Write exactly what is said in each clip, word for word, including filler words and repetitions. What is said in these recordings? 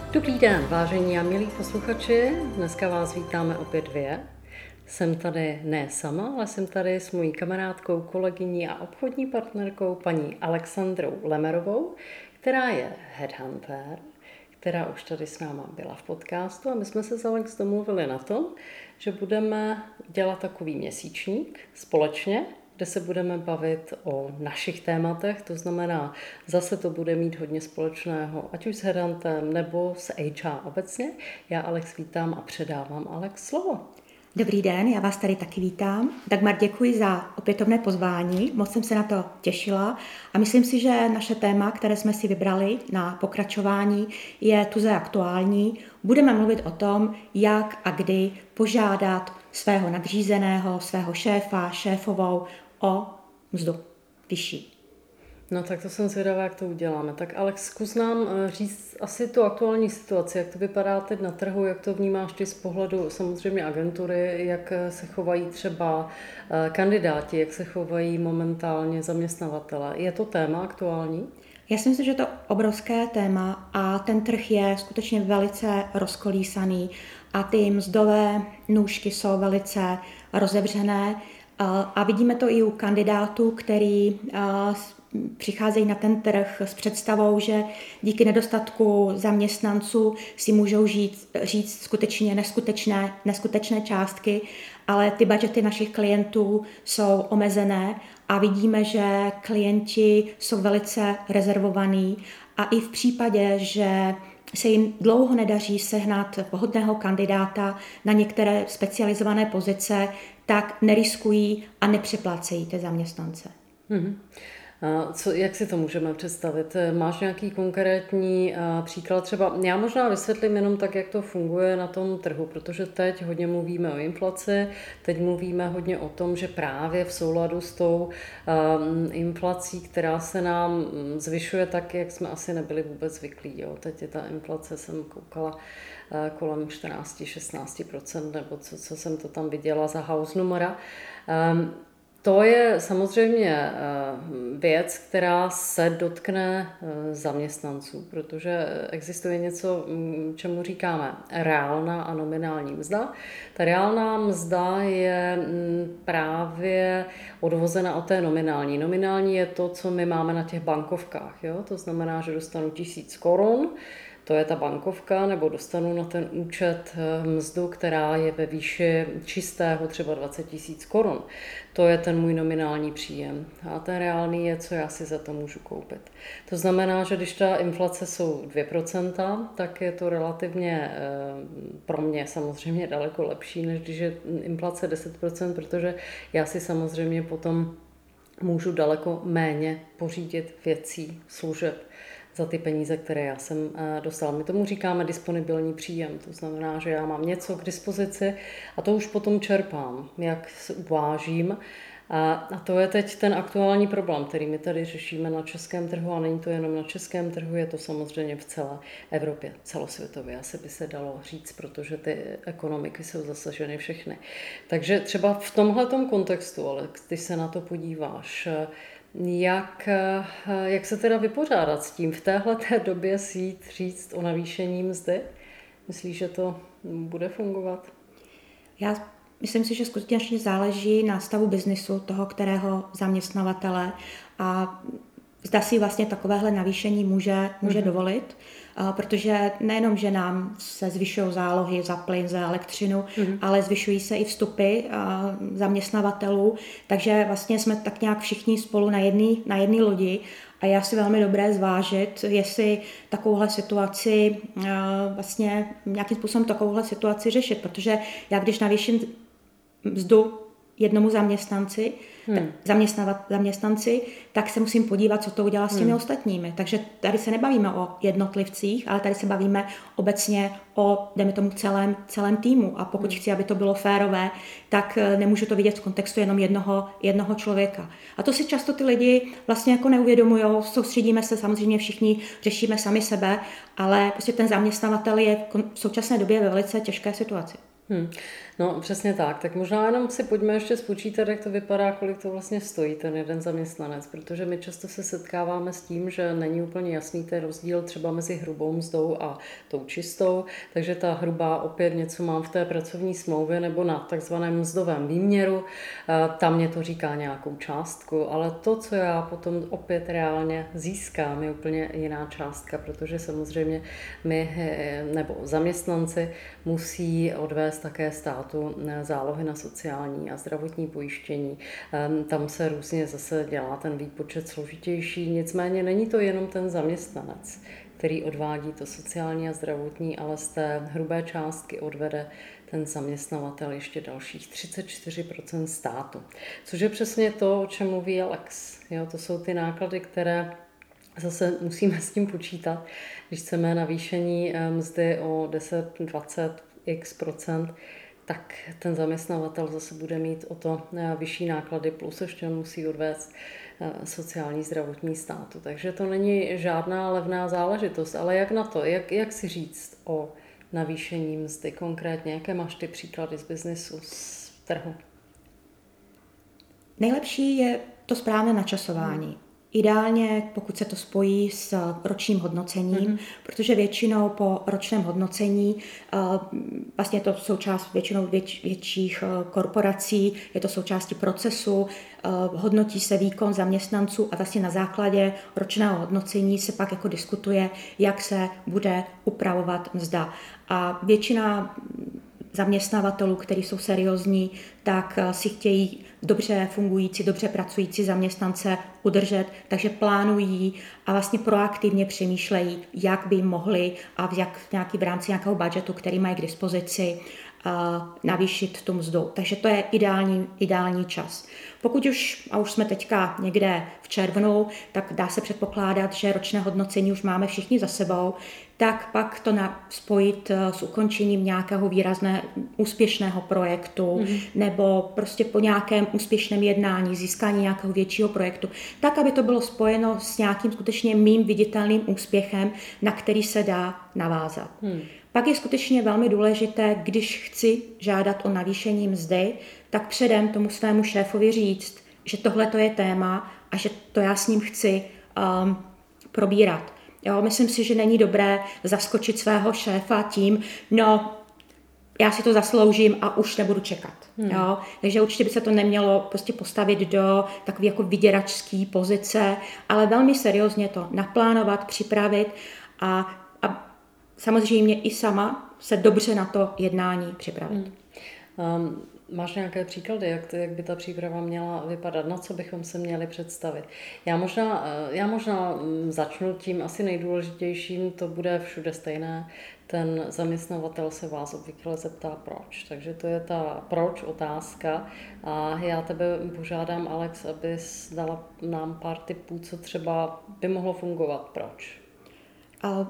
Dobrý den, vážení a milí posluchači, dneska vás vítáme opět dvě. Jsem tady ne sama, ale jsem tady s mojí kamarádkou, kolegyní a obchodní partnerkou paní Alexandrou Lemerovou, která je headhunter, která už tady s náma byla v podcastu a my jsme se s Alex domluvili na tom, že budeme dělat takový měsíčník společně, kde se budeme bavit o našich tématech, to znamená, zase to bude mít hodně společného, ať už s headhuntem nebo s H R obecně. Já Alex vítám a předávám Alex slovo. Dobrý den, já vás tady taky vítám. Dagmar, děkuji za opětovné pozvání, moc jsem se na to těšila a myslím si, že naše téma, které jsme si vybrali na pokračování, je tuze aktuální. Budeme mluvit o tom, jak a kdy požádat svého nadřízeného, svého šéfa, šéfovou o mzdu vyšší. No tak to jsem zvědavá, jak to uděláme. Tak Alex, zkus nám říct asi tu aktuální situaci, jak to vypadá teď na trhu, jak to vnímáš ty z pohledu samozřejmě agentury, jak se chovají třeba kandidáti, jak se chovají momentálně zaměstnavatele. Je to téma aktuální? Já si myslím, že to je obrovské téma a ten trh je skutečně velice rozkolísaný a ty mzdové nůžky jsou velice rozevřené a vidíme to i u kandidátů, který přicházejí na ten trh s představou, že díky nedostatku zaměstnanců si můžou žít, říct skutečně neskutečné, neskutečné částky, ale ty budžety našich klientů jsou omezené a vidíme, že klienti jsou velice rezervovaní a i v případě, že se jim dlouho nedaří sehnat vhodného kandidáta na některé specializované pozice, tak neriskují a nepřeplácejí ty zaměstnance. Mm-hmm. Co, jak si to můžeme představit? Máš nějaký konkrétní uh, příklad? Třeba já možná vysvětlím jenom tak, jak to funguje na tom trhu, protože teď hodně mluvíme o inflaci, teď mluvíme hodně o tom, že právě v souladu s tou um, inflací, která se nám zvyšuje tak, jak jsme asi nebyli vůbec zvyklí. Jo? Teď je ta inflace, jsem koukala, uh, kolem čtrnáct až šestnáct procent, nebo co, co jsem to tam viděla za house numera. Um, To je samozřejmě věc, která se dotkne zaměstnanců, protože existuje něco, čemu říkáme reálná a nominální mzda. Ta reálná mzda je právě odvozena od té nominální. Nominální je to, co my máme na těch bankovkách. Jo? To znamená, že dostanu tisíc korun, to je ta bankovka, nebo dostanu na ten účet mzdu, která je ve výši čistého třeba dvacet tisíc korun. To je ten můj nominální příjem. A ten reálný je, co já si za to můžu koupit. To znamená, že když ta inflace jsou dvě procenta, tak je to relativně pro mě samozřejmě daleko lepší, než když je inflace deset procent, protože já si samozřejmě potom můžu daleko méně pořídit věcí, služeb za ty peníze, které já jsem dostala. My tomu říkáme disponibilní příjem, to znamená, že já mám něco k dispozici a to už potom čerpám, jak se uvážím. A to je teď ten aktuální problém, který my tady řešíme na českém trhu a není to jenom na českém trhu, je to samozřejmě v celé Evropě, celosvětově, asi by se dalo říct, protože ty ekonomiky jsou zasaženy všechny. Takže třeba v tomhletom kontextu, ale když se na to podíváš, Jak, jak se teda vypořádat s tím v téhleté době si jít říct o navýšení mzdy? Myslíš, že to bude fungovat? Já myslím si, že skutečně záleží na stavu biznisu toho, kterého zaměstnavatele a zda si vlastně takovéhle navýšení může, může mm-hmm. dovolit, protože nejenom, že nám se zvyšují zálohy za plyn, za elektřinu, mm-hmm. ale zvyšují se i vstupy zaměstnavatelů, takže vlastně jsme tak nějak všichni spolu na jedné na jedné lodi a je asi velmi dobré zvážit, jestli takovouhle situaci vlastně nějakým způsobem takovouhle situaci řešit, protože já když navýším mzdu jednomu zaměstnanci, hmm. zaměstnavat zaměstnanci, tak se musím podívat, co to udělá s těmi hmm. ostatními. Takže tady se nebavíme o jednotlivcích, ale tady se bavíme obecně o, dejme tomu, celém, celém týmu. A pokud hmm. chci, aby to bylo férové, tak nemůžu to vidět v kontextu jenom jednoho, jednoho člověka. A to si často ty lidi vlastně jako neuvědomujou, soustředíme se samozřejmě všichni, řešíme sami sebe, ale prostě ten zaměstnavatel je v současné době ve velice těžké situaci. Hmm. No přesně tak, tak možná jenom si pojďme ještě spočítat, jak to vypadá, kolik to vlastně stojí ten jeden zaměstnanec, protože my často se setkáváme s tím, že není úplně jasný ten rozdíl třeba mezi hrubou mzdou a tou čistou, takže ta hrubá opět něco mám v té pracovní smlouvě nebo na takzvaném mzdovém výměru, tam mě to říká nějakou částku, ale to, co já potom opět reálně získám, je úplně jiná částka, protože samozřejmě my nebo zaměstnanci musí odvést také státu zálohy na sociální a zdravotní pojištění. Tam se různě zase dělá ten výpočet složitější, nicméně není to jenom ten zaměstnanec, který odvádí to sociální a zdravotní, ale z té hrubé částky odvede ten zaměstnavatel ještě dalších třicet čtyři procent státu. Což je přesně to, o čem mluví Alex. Jo, to jsou ty náklady, které zase musíme s tím počítat, když chceme navýšení mzdy o deset, dvacet x procent, tak ten zaměstnavatel zase bude mít o to vyšší náklady, plus ještě musí odvést sociální zdravotní státu. Takže to není žádná levná záležitost, ale jak na to, jak, jak si říct o navýšení mzdy konkrétně, jaké máš ty příklady z biznesu, z trhu? Nejlepší je to správné načasování. Hmm. Ideálně, pokud se to spojí s ročním hodnocením, mm-hmm. protože většinou po ročném hodnocení, vlastně je to součást většinou věč, větších korporací, je to součástí procesu, hodnotí se výkon zaměstnanců a vlastně na základě ročného hodnocení se pak jako diskutuje, jak se bude upravovat mzda. A většina zaměstnavatelů, kteří jsou seriózní, tak si chtějí dobře fungující, dobře pracující zaměstnance udržet, takže plánují a vlastně proaktivně přemýšlejí, jak by mohli a v, jak, nějaký, v rámci nějakého budžetu, který mají k dispozici, uh, navýšit tu mzdu. Takže to je ideální, ideální čas. Pokud už, a už jsme teďka někde v červnu, tak dá se předpokládat, že ročné hodnocení už máme všichni za sebou, tak pak to na, spojit s ukončením nějakého výrazného úspěšného projektu mm-hmm. nebo prostě po nějakém úspěšném jednání, získání nějakého většího projektu, tak, aby to bylo spojeno s nějakým skutečně mým viditelným úspěchem, na který se dá navázat. Mm. Pak je skutečně velmi důležité, když chci žádat o navýšení mzdy, tak předem tomu svému šéfovi říct, že tohle to je téma a že to já s ním chci um, probírat. Jo, myslím si, že není dobré zaskočit svého šéfa tím, no, já si to zasloužím a už nebudu čekat. Hmm. Jo? Takže určitě by se to nemělo prostě postavit do takové jako vyděračské pozice, ale velmi seriózně to naplánovat, připravit a, a samozřejmě i sama se dobře na to jednání připravit. Hmm. Um. Máš nějaké příklady, jak, to, jak by ta příprava měla vypadat, na co bychom se měli představit? Já možná, já možná začnu tím asi nejdůležitějším, to bude všude stejné. Ten zaměstnavatel se vás obvykle zeptá proč. Takže to je ta proč otázka a já tebe požádám, Alex, abys dala nám pár tipů, co třeba by mohlo fungovat, proč. Uh.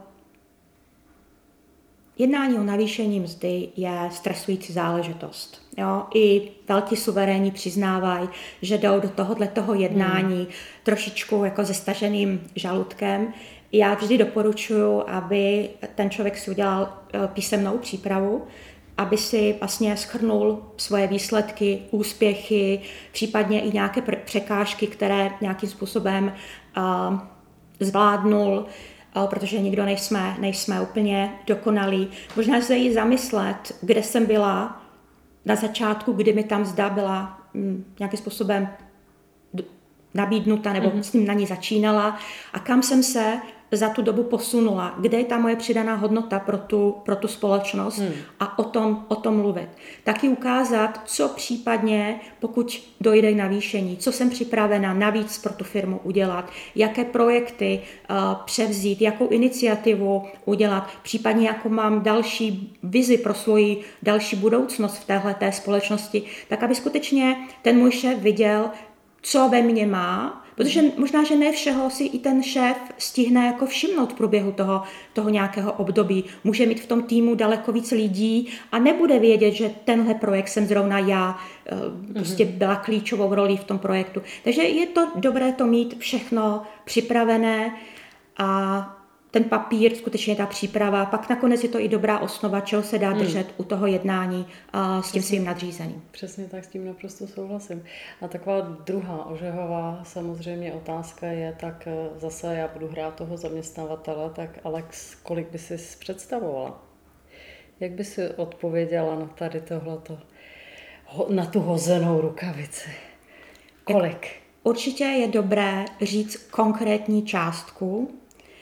Jednání o navýšení mzdy je stresující záležitost. Jo? I velký suveréni přiznávají, že jdou do tohoto jednání hmm. trošičku jako se staženým žaludkem. Já vždy doporučuji, aby ten člověk si udělal písemnou přípravu, aby si vlastně shrnul svoje výsledky, úspěchy, případně i nějaké překážky, které nějakým způsobem uh, zvládnul, protože nikdo nejsme, nejsme úplně dokonalí. Možná se jí zamyslet, kde jsem byla na začátku, kdy mi tam mzda byla m, nějakým způsobem nabídnuta nebo mm-hmm. s ním na ní začínala a kam jsem se za tu dobu posunula, kde je ta moje přidaná hodnota pro tu, pro tu společnost hmm. a o tom, o tom mluvit. Taky ukázat, co případně, pokud dojde k navýšení, co jsem připravena navíc pro tu firmu udělat, jaké projekty uh, převzít, jakou iniciativu udělat, případně jakou mám další vizi pro svoji další budoucnost v téhleté společnosti, tak aby skutečně ten můj šéf viděl, co ve mně má, protože možná, že ne všeho si i ten šéf stihne jako všimnout v průběhu toho, toho nějakého období. Může mít v tom týmu daleko víc lidí a nebude vědět, že tenhle projekt jsem zrovna já prostě byla klíčovou rolí v tom projektu. Takže je to dobré to mít všechno připravené a ten papír, skutečně ta příprava, pak nakonec je to i dobrá osnova, čeho se dá držet hmm. u toho jednání a s tím svým nadřízeným. Přesně tak, s tím naprosto souhlasím. A taková druhá ožehová samozřejmě otázka je, tak zase já budu hrát toho zaměstnavatele, tak Alex, kolik by si představovala? Jak by si odpověděla na tady tohleto, na tu hozenou rukavici? Kolik? Určitě je dobré říct konkrétní částku.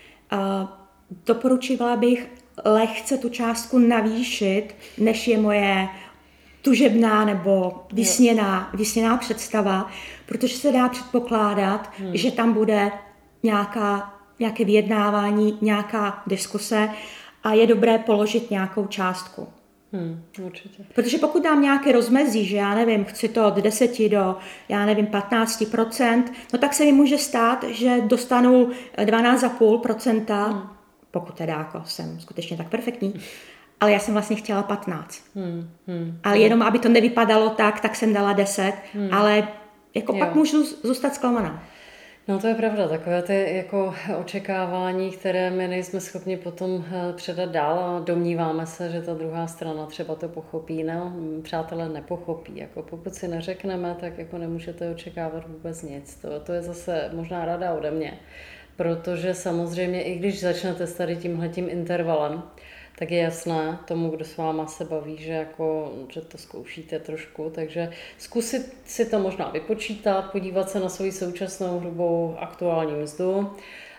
Doporučovala bych lehce tu částku navýšit, než je moje tužebná nebo vysněná, vysněná představa, protože se dá předpokládat, hmm. že tam bude nějaká, nějaké vyjednávání, nějaká diskuse a je dobré položit nějakou částku. Hmm, určitě. Protože pokud dám nějaké rozmezí, že já nevím, chci to od deseti do, já nevím, patnáct procent, no tak se mi může stát, že dostanu dvanáct celá pět procenta, hmm. pokud teda jako jsem skutečně tak perfektní, ale já jsem vlastně chtěla patnáct. Hmm, hmm, ale jenom, aby to nevypadalo tak, tak jsem dala deset, hmm. ale jako jo. Pak můžu zůstat zklamaná. No to je pravda, takové ty jako očekávání, které my nejsme schopni potom předat dál a domníváme se, že ta druhá strana třeba to pochopí. No, přátelé nepochopí. Jako pokud si neřekneme, tak jako nemůžete očekávat vůbec nic. To, to je zase možná rada ode mě, protože samozřejmě i když začnete s tady tímhletím intervalem, tak je jasné tomu, kdo s váma se baví, že, jako, že to zkoušíte trošku. Takže zkusit si to možná vypočítat, podívat se na svoji současnou hrubou aktuální mzdu.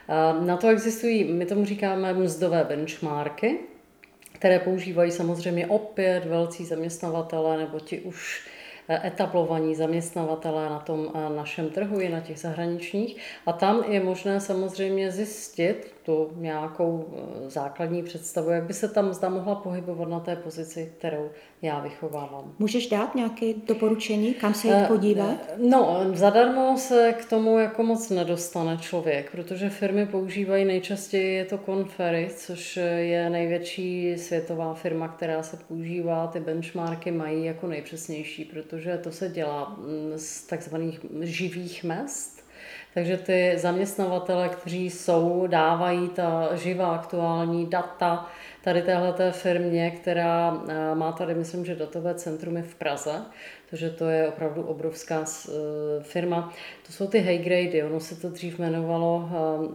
Na to existují, my tomu říkáme mzdové benchmarky, které používají samozřejmě opět velcí zaměstnavatelé nebo ti už etablovaní zaměstnavatelé na tom našem trhu i na těch zahraničních. A tam je možné samozřejmě zjistit tu nějakou základní představu, jak by se tam mzda mohla pohybovat na té pozici, kterou já vychovávám. Můžeš dát nějaké doporučení, kam se jít podívat? No, zadarmo se k tomu jako moc nedostane člověk, protože firmy používají nejčastěji je to Confery, což je největší světová firma, která se používá. Ty benchmarky mají jako nejpřesnější, protože to se dělá z takzvaných živých mezd. Takže ty zaměstnavatele, kteří jsou, dávají ta živá aktuální data tady téhleté firmě, která má tady, myslím, že datové centrum je v Praze, takže to je opravdu obrovská firma. To jsou ty high grady, ono se to dřív jmenovalo,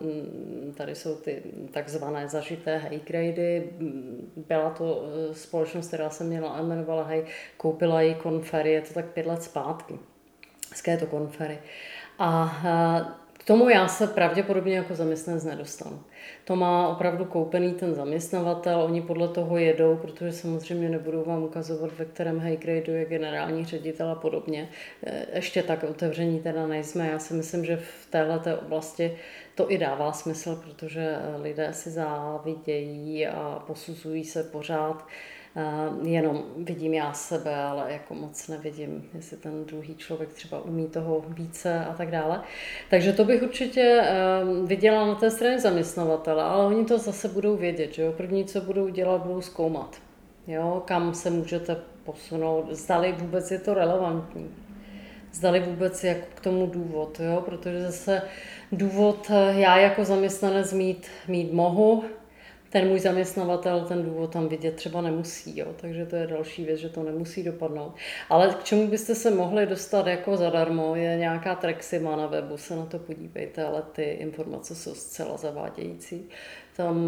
tady jsou ty takzvané zažité high grady, byla to společnost, která se měla, jmenovala high, koupila ji Confery, je to tak pět let zpátky, hezké to Confery. A k tomu já se pravděpodobně jako zaměstnanec nedostanu. To má opravdu koupený ten zaměstnavatel, oni podle toho jedou, protože samozřejmě nebudou vám ukazovat, ve kterém high gradeu je generální ředitel a podobně. Ještě tak otevření teda nejsme. Já si myslím, že v téhleté oblasti to i dává smysl, protože lidé si závidějí a posuzují se pořád. Uh, jenom vidím já sebe, ale jako moc nevidím, jestli ten druhý člověk třeba umí toho více a tak dále. Takže to bych určitě uh, viděla na té straně zaměstnavatele, ale oni to zase budou vědět, že jo? První, co budou dělat, budou zkoumat, jo? Kam se můžete posunout, zdali vůbec je to relevantní, zdali vůbec je k tomu důvod, jo? Protože zase důvod já jako zaměstnanec mít, mít mohu, ten můj zaměstnavatel ten důvod tam vidět třeba nemusí, jo? Takže to je další věc, že to nemusí dopadnout. Ale k čemu byste se mohli dostat jako zadarmo, je nějaká Trexima na webu, se na to podívejte, ale ty informace jsou zcela zavádějící. Tam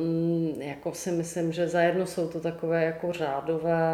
jako si myslím, že zajedno jsou to takové jako řádové,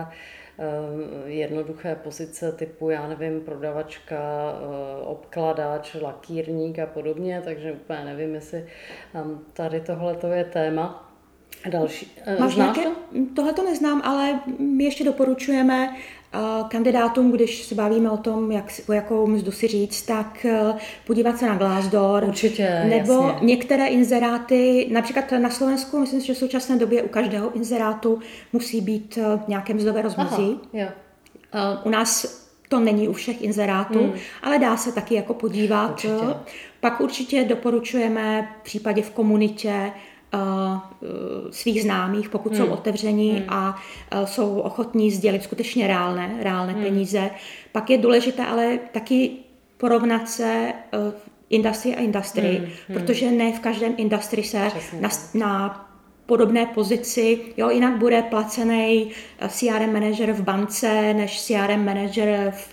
jednoduché pozice typu, já nevím, prodavačka, obkladač, lakírník a podobně, takže úplně nevím, jestli tady tohleto je téma. Další. Máš nějaké? Tohle to neznám, ale my ještě doporučujeme uh, kandidátům, když se bavíme o tom, jak, o jakou mzdu si říct, tak uh, podívat se na Glassdoor. Určitě, nebo jasně. Některé inzeráty, například na Slovensku, myslím si, že v současné době u každého inzerátu musí být uh, nějaké mzdové rozmezí. Aha, jo. Uh, u nás to není u všech inzerátů, hmm. ale dá se taky jako podívat. Určitě. Pak určitě doporučujeme v případě v komunitě Uh, svých známých, pokud hmm. jsou otevření hmm. a uh, jsou ochotní sdělit skutečně reálné, reálné hmm. peníze. Pak je důležité ale taky porovnat se uh, industry a industry, hmm, hmm. protože ne v každém industry se na, na podobné pozici, jo, jinak bude placený C R M manažer v bance, než C R M manažer v,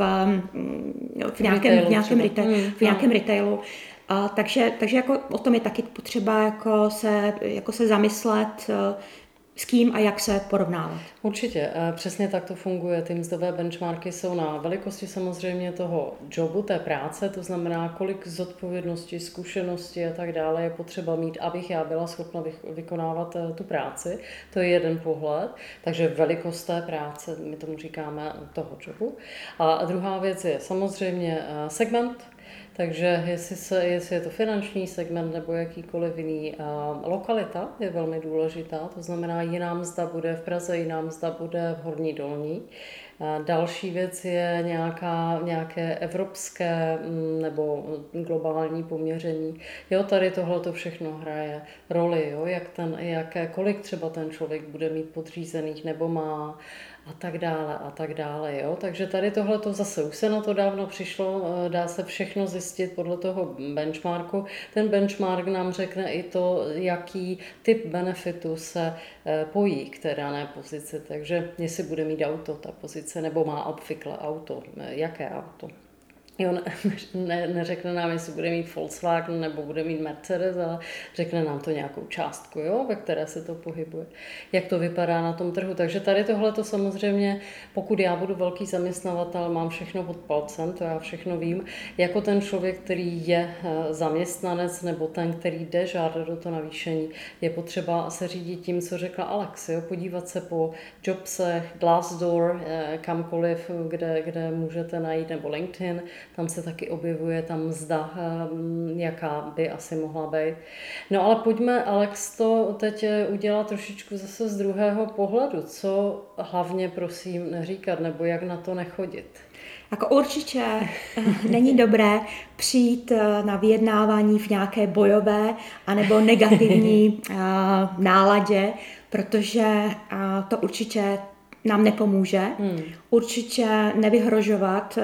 v nějakém, v nějakém, retail, hmm, v nějakém no. retailu. A, takže takže jako o tom je taky potřeba jako se, jako se zamyslet, s kým a jak se porovnávat. Určitě, přesně tak to funguje. Ty mzdové benchmarky jsou na velikosti samozřejmě toho jobu, té práce, to znamená, kolik zodpovědnosti, zkušenosti a tak dále je potřeba mít, abych já byla schopna vykonávat tu práci. To je jeden pohled, takže velikost té práce, my tomu říkáme toho jobu. A druhá věc je samozřejmě segment. Takže jestli, se, jestli je to finanční segment nebo jakýkoliv jiný, uh, lokalita je velmi důležitá, to znamená jiná mzda bude v Praze, jiná mzda bude v Horní Dolní. Uh, další věc je nějaká, nějaké evropské m, nebo globální poměření. Jo, tady tohle to všechno hraje roli, jo, jak ten, jaké, kolik třeba ten člověk bude mít podřízených nebo má, a tak dále a tak dále, jo. Takže tady tohle to zase už se na to dávno přišlo, dá se všechno zjistit podle toho benchmarku. Ten benchmark nám řekne i to, jaký typ benefitu se pojí k té dané pozici, takže jestli bude mít auto ta pozice, nebo má obvykle auto, jaké auto. Jo, ne, ne, neřekne nám, jestli bude mít Volkswagen nebo bude mít Mercedes, ale řekne nám to nějakou částku, jo, ve které se to pohybuje. Jak to vypadá na tom trhu. Takže tady tohle to samozřejmě, pokud já budu velký zaměstnavatel, mám všechno pod palcem, to já všechno vím, jako ten člověk, který je zaměstnanec nebo ten, který jde žádat do to navýšení, je potřeba se řídit tím, co řekla Alex, jo, podívat se po Jobsech, Glassdoor, kamkoliv, kde, kde můžete najít, nebo LinkedIn, tam se taky objevuje ta mzda, jaká by asi mohla být. No ale pojďme, Alex, to teď udělat trošičku zase z druhého pohledu. Co hlavně prosím neříkat, nebo jak na to nechodit? Jako určitě není dobré přijít na vyjednávání v nějaké bojové anebo negativní náladě, protože to určitě nám nepomůže. Hmm. Určitě nevyhrožovat,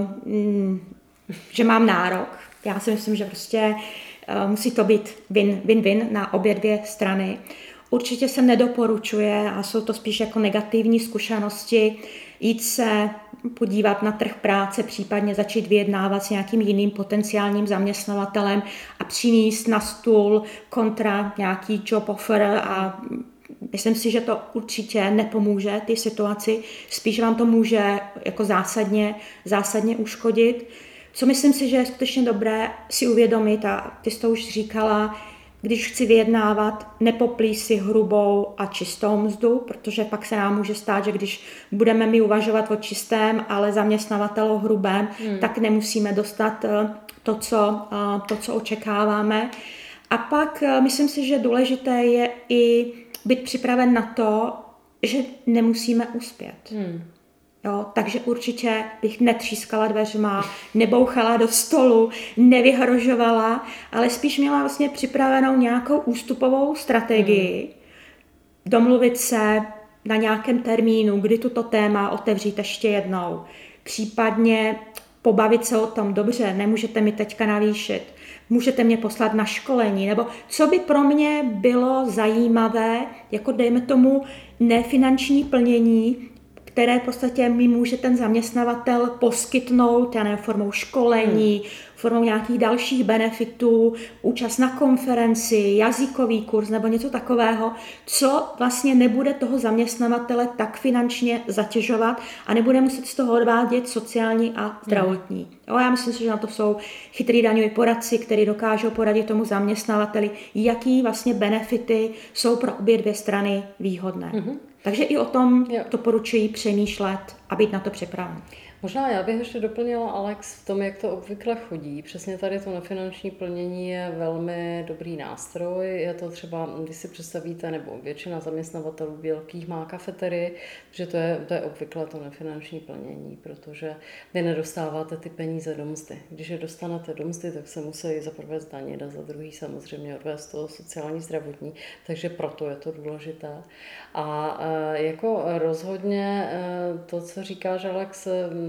že mám nárok. Já si myslím, že prostě musí to být win-win na obě dvě strany. Určitě se nedoporučuje, a jsou to spíš jako negativní zkušenosti, jít se podívat na trh práce, případně začít vyjednávat s nějakým jiným potenciálním zaměstnavatelem a přinést na stůl kontra nějaký job offer, a myslím si, že to určitě nepomůže té situaci, spíš vám to může jako zásadně, zásadně uškodit. Co myslím si, že je skutečně dobré si uvědomit, a ty jsi to už říkala, když chci vyjednávat, nepoplí si hrubou a čistou mzdu, protože pak se nám může stát, že když budeme my uvažovat o čistém, ale zaměstnavatel o hrubém, hmm. tak nemusíme dostat to, co, to, co očekáváme. A pak myslím si, že důležité je i být připraven na to, že nemusíme uspět. Hmm. Jo, takže určitě bych netřískala dveřma, nebouchala do stolu, nevyhrožovala, ale spíš měla vlastně připravenou nějakou ústupovou strategii, hmm. domluvit se na nějakém termínu, kdy tuto téma otevřít ještě jednou. Případně pobavit se o tom, dobře, nemůžete mi teďka navýšit, můžete mě poslat na školení, nebo co by pro mě bylo zajímavé, jako dejme tomu nefinanční plnění, které v podstatě mi může ten zaměstnavatel poskytnout, já nevím, formou školení, hmm. formou nějakých dalších benefitů, účast na konferenci, jazykový kurz nebo něco takového, co vlastně nebude toho zaměstnavatele tak finančně zatěžovat a nebude muset z toho odvádět sociální a zdravotní. Hmm. Jo, já myslím si, že na to jsou chytrý daňoví poradci, kteří dokážou poradit tomu zaměstnavateli, jaký vlastně benefity jsou pro obě dvě strany výhodné. Hmm. Takže i o tom doporučuji přemýšlet a být na to připraven. Možná já bych ještě doplnila, Alex, v tom, jak to obvykle chodí. Přesně tady to nefinanční plnění je velmi dobrý nástroj. Je to třeba, když si představíte, nebo většina zaměstnavatelů velkých má kafeterii, že to je, to je obvykle to nefinanční plnění, protože vy nedostáváte ty peníze do mzdy. Když je dostanete do mzdy, tak se musí za prvé zdanit a za druhý samozřejmě odvést to sociální zdravotní, takže proto je to důležité. A jako rozhodně to, co říkáš, Alex,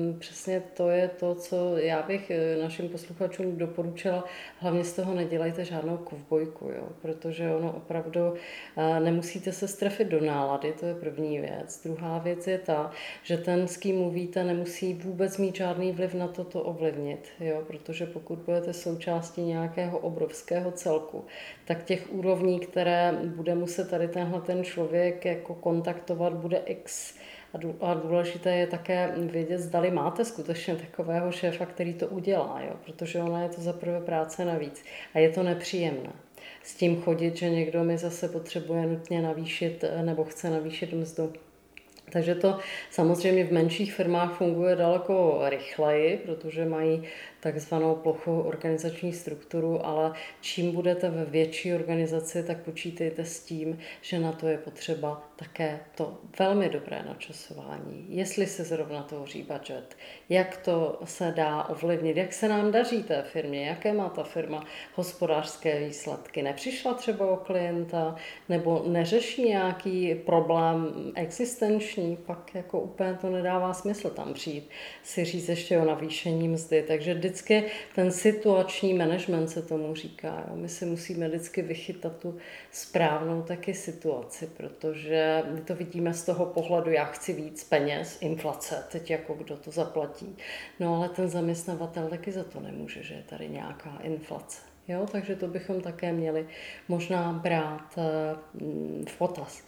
přesně to je to, co já bych našim posluchačům doporučila. Hlavně z toho nedělejte žádnou kovbojku, jo? Protože ono opravdu nemusíte se strefit do nálady, to je první věc. Druhá věc je ta, že ten, s kým mluvíte, nemusí vůbec mít žádný vliv na to, to ovlivnit, jo? Protože pokud budete součástí nějakého obrovského celku, tak těch úrovní, které bude muset tady tenhle ten člověk jako kontaktovat, bude x. A důležité je také vědět, zdali máte skutečně takového šéfa, který to udělá, jo? Protože ona je to za prvé práce navíc a je to nepříjemné. S tím chodit, že někdo mi zase potřebuje nutně navýšit nebo chce navýšit mzdu. Takže to samozřejmě v menších firmách funguje daleko rychleji, protože mají takzvanou plochou organizační strukturu, ale čím budete ve větší organizaci, tak počítejte s tím, že na to je potřeba také to velmi dobré načasování. Jestli se zrovna tvoří budget, jak to se dá ovlivnit, jak se nám daří té firmě, jaké má ta firma hospodářské výsledky. Nepřišla třeba o klienta nebo neřeší nějaký problém existenční, pak jako úplně to nedává smysl tam přijít si říct ještě o navýšení mzdy. Takže vždycky ten situační management se tomu říká. Jo. My si musíme vždycky vychytat tu správnou taky situaci, protože my to vidíme z toho pohledu, já chci víc peněz, inflace, teď jako kdo to zaplatí. No ale ten zaměstnavatel taky za to nemůže, že je tady nějaká inflace. Jo, takže to bychom také měli možná brát v potaz.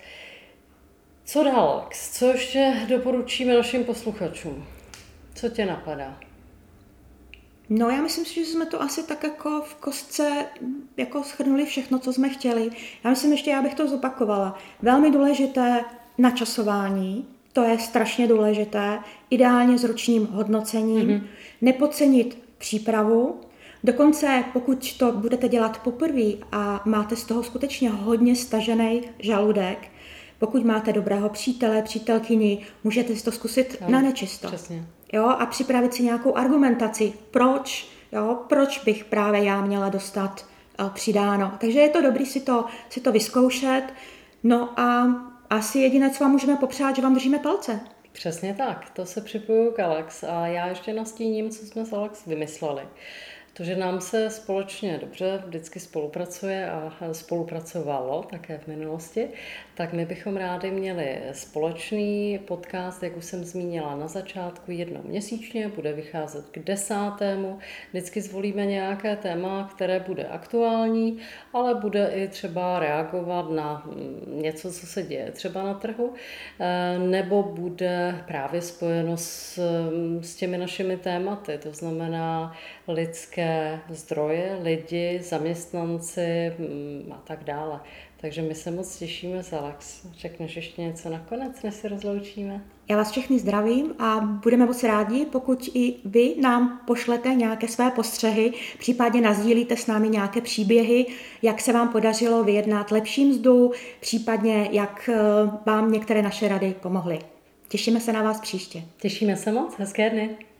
Co dál? Co ještě doporučíme našim posluchačům? Co tě napadá? No já myslím si, že jsme to asi tak jako v kostce jako shrnuli všechno, co jsme chtěli. Já myslím ještě, já bych to zopakovala. Velmi důležité načasování, to je strašně důležité, ideálně s ročním hodnocením, mm-hmm. nepodcenit přípravu. Dokonce pokud to budete dělat poprvé a máte z toho skutečně hodně stažený žaludek, pokud máte dobrého přítele, přítelkyni, můžete si to zkusit no, na nečisto. Přesně. Jo, a připravit si nějakou argumentaci, proč, jo, proč bych právě já měla dostat uh, přidáno. Takže je to dobrý si to, si to vyzkoušet. No a asi jediné, co vám můžeme popřát, že vám držíme palce. Přesně tak, to se připojuju k Alex a já ještě nastíním, co jsme s Alex vymysleli. To, že nám se společně dobře vždycky spolupracuje a spolupracovalo také v minulosti, tak my bychom rádi měli společný podcast, jak už jsem zmínila na začátku, jednou měsíčně, bude vycházet k desátému. Vždycky zvolíme nějaké téma, které bude aktuální, ale bude i třeba reagovat na něco, co se děje třeba na trhu, nebo bude právě spojeno s, s těmi našimi tématy, to znamená lidské zdroje, lidi, zaměstnanci a tak dále. Takže my se moc těšíme z Alex. Řekneš ještě něco nakonec, než se rozloučíme? Já vás všechny zdravím a budeme moc rádi, pokud i vy nám pošlete nějaké své postřehy, případně nasdílíte s námi nějaké příběhy, jak se vám podařilo vyjednat lepší mzdu, případně jak vám některé naše rady pomohly. Těšíme se na vás příště. Těšíme se moc, hezké dny.